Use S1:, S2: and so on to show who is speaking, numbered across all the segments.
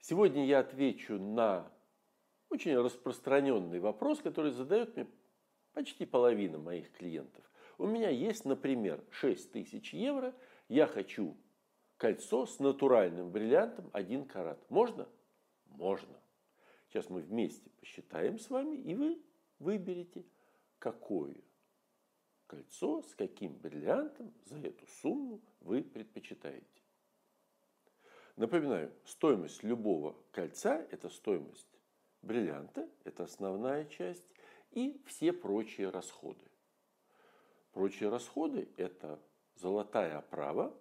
S1: Сегодня я отвечу на очень распространенный вопрос, который задает мне почти половина моих клиентов. У меня есть, например, 6000 евро, я хочу кольцо с натуральным бриллиантом 1 карат. Можно? Можно. Сейчас мы вместе посчитаем с вами, и вы выберете, какое кольцо с каким бриллиантом за эту сумму вы предпочитаете. Напоминаю, стоимость любого кольца – это стоимость бриллианта, это основная часть, и все прочие расходы. Прочие расходы – это золотая оправа,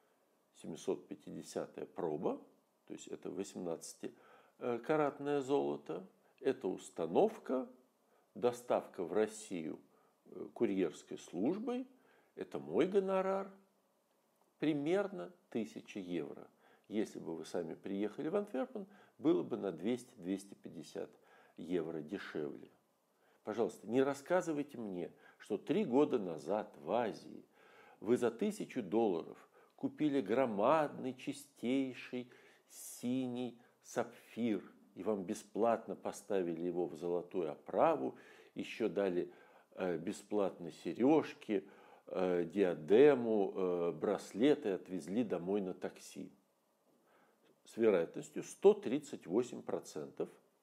S1: 750-я проба, то есть это 18-каратное золото, это установка, доставка в Россию курьерской службой, это мой гонорар, примерно 1000 евро. Если бы вы сами приехали в Антверпен, было бы на 200-250 евро дешевле. Пожалуйста, не рассказывайте мне, что 3 года назад в Азии вы за $1000 купили громадный, чистейший синий сапфир, и вам бесплатно поставили его в золотую оправу, еще дали бесплатно сережки, диадему, браслеты, отвезли домой на такси. С вероятностью 138%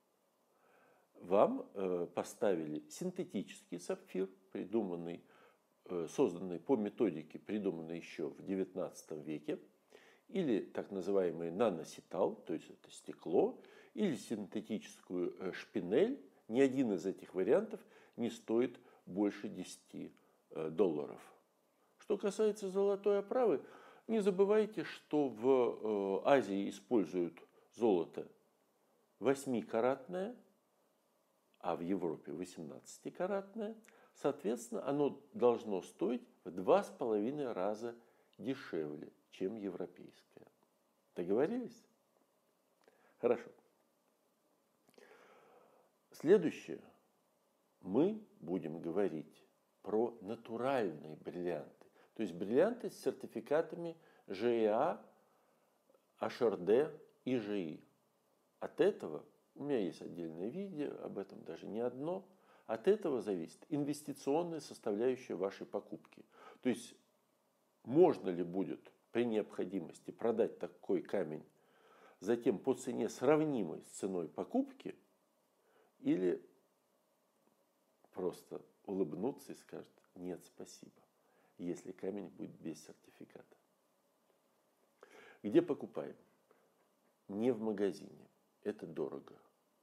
S1: вам поставили синтетический сапфир, созданный по методике, придуманной еще в XIX веке, или так называемый наноситал, то есть это стекло, или синтетическую шпинель. Ни один из этих вариантов не стоит больше $10. Что касается золотой оправы, не забывайте, что в Азии используют золото 8-каратное, а в Европе 18-каратное. Соответственно, оно должно стоить в 2,5 раза дешевле, чем европейское. Договорились? Хорошо. Следующее. Мы будем говорить про натуральные бриллианты. То есть бриллианты с сертификатами ЖЭА, HRD и ЖИ. От этого, у меня есть отдельное видео, об этом даже не одно, от этого зависит инвестиционная составляющая вашей покупки. То есть можно ли будет при необходимости продать такой камень затем по цене, сравнимой с ценой покупки, или просто улыбнуться и скажет: нет, спасибо, если камень будет без сертификата. Где покупаем? Не в магазине. Это дорого.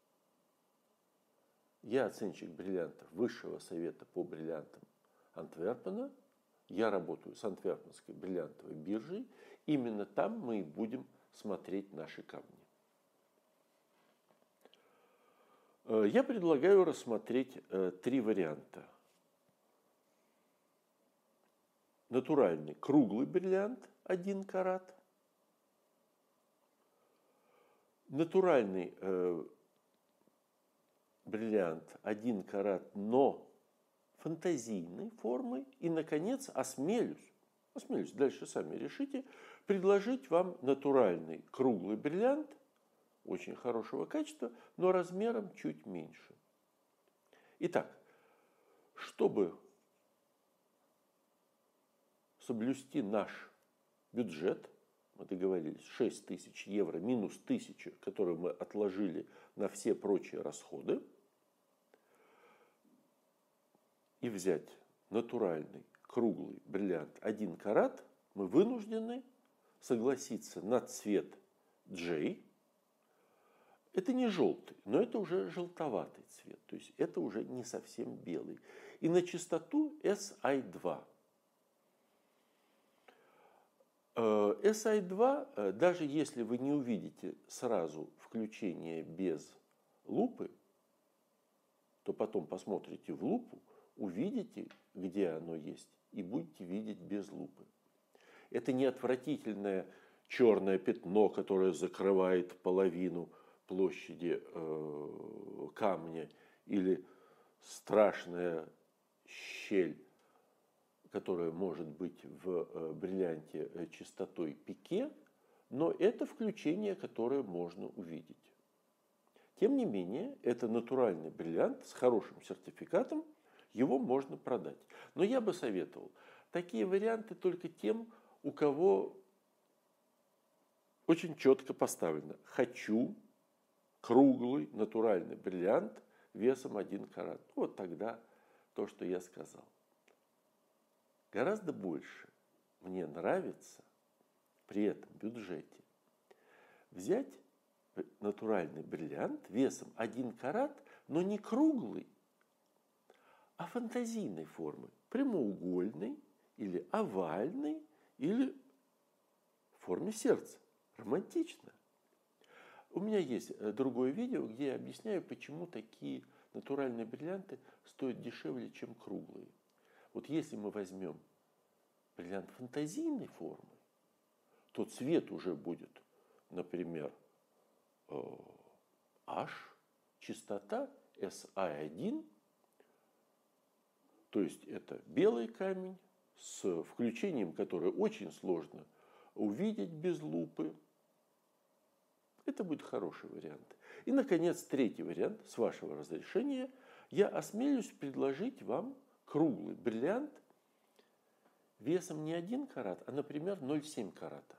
S1: Я оценщик бриллиантов Высшего совета по бриллиантам Антверпена. Я работаю с Антверпенской бриллиантовой биржей. Именно там мы и будем смотреть наши камни. Я предлагаю рассмотреть 3 варианта. Натуральный круглый бриллиант 1 карат. Натуральный бриллиант 1 карат, но фантазийной формы. И, наконец, осмелюсь, дальше сами решите, предложить вам натуральный круглый бриллиант очень хорошего качества, но размером чуть меньше. Итак, чтобы соблюсти наш бюджет, мы договорились, 6000 евро минус 1000, которые мы отложили на все прочие расходы, и взять натуральный круглый бриллиант 1 карат, мы вынуждены согласиться на цвет J. Это не желтый, но это уже желтоватый цвет, то есть это уже не совсем белый. И на чистоту SI2. SI2, даже если вы не увидите сразу включение без лупы, то потом посмотрите в лупу, увидите, где оно есть, и будете видеть без лупы. Это не отвратительное черное пятно, которое закрывает половину площади камня, или страшная щель, которая может быть в бриллианте чистотой пике. но это включение, которое можно увидеть. Тем не менее, это натуральный бриллиант с хорошим сертификатом, его можно продать. Но я бы советовал такие варианты только тем, у кого очень четко поставлено: хочу круглый натуральный бриллиант весом 1 карат. Вот тогда то, что я сказал. Гораздо больше мне нравится при этом бюджете взять натуральный бриллиант весом 1 карат, но не круглый, а фантазийной формы, прямоугольной или овальной, или в форме сердца. Романтично. У меня есть другое видео, где я объясняю, почему такие натуральные бриллианты стоят дешевле, чем круглые. Вот если мы возьмем бриллиант фантазийной формы, то цвет уже будет, например, H, частота SI1, то есть это белый камень с включением, которое очень сложно увидеть без лупы. Это будет хороший вариант. И, наконец, третий вариант, с вашего разрешения, я осмелюсь предложить вам круглый бриллиант весом не 1 карат, а, например, 0,7 карата.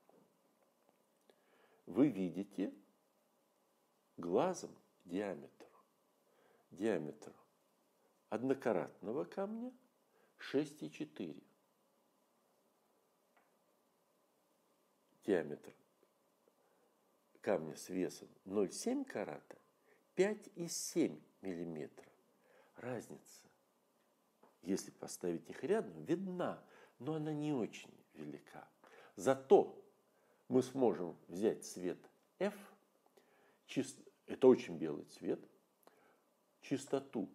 S1: Вы видите глазом диаметр. Диаметр однокаратного камня 6,4. Диаметр камня с весом 0,7 карата 5,7 миллиметра. Разница, если поставить их рядом, видна, но она не очень велика. Зато мы сможем взять цвет F, это очень белый цвет, частоту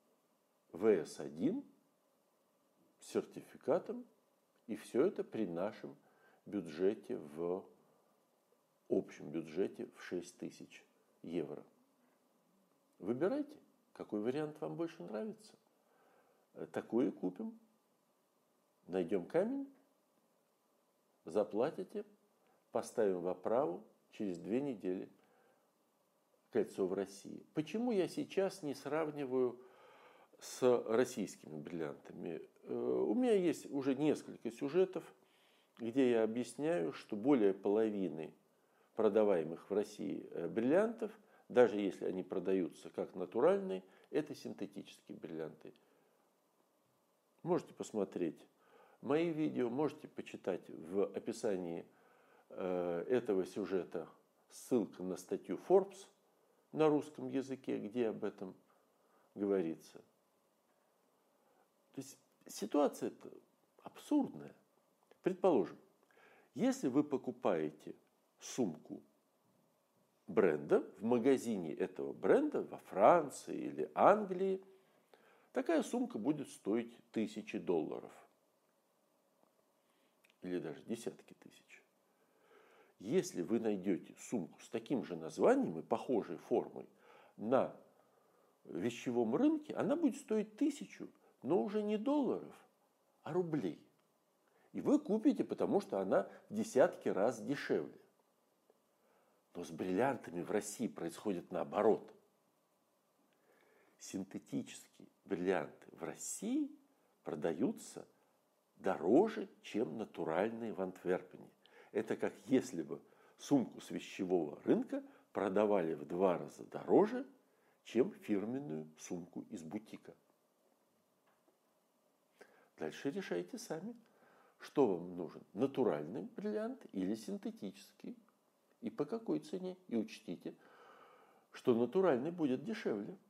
S1: VS1 с сертификатом, и все это при нашем бюджете, в общем бюджете в 6 тысяч евро. Выбирайте, какой вариант вам больше нравится. Такой и купим. Найдем камень, заплатите, поставим в оправу, через 2 недели кольцо в России. Почему я сейчас не сравниваю с российскими бриллиантами? У меня есть уже несколько сюжетов, где я объясняю, что более половины продаваемых в России бриллиантов, даже если они продаются как натуральные, это синтетические бриллианты. Можете посмотреть мои видео, можете почитать в описании этого сюжета ссылка на статью Forbes на русском языке, где об этом говорится. То есть ситуация абсурдная. Предположим, если вы покупаете сумку бренда в магазине этого бренда во Франции или Англии, такая сумка будет стоить $1000 или даже десятки тысяч. Если вы найдете сумку с таким же названием и похожей формой на вещевом рынке, она будет стоить 1000, но уже не долларов, а рублей. И вы купите, потому что она в десятки раз дешевле. Но с бриллиантами в России происходит наоборот. Синтетические бриллианты в России продаются дороже, чем натуральные в Антверпене. Это как если бы сумку с вещевого рынка продавали в 2 раза дороже, чем фирменную сумку из бутика. Дальше решайте сами, что вам нужен: натуральный бриллиант или синтетический, и по какой цене. И учтите, что натуральный будет дешевле.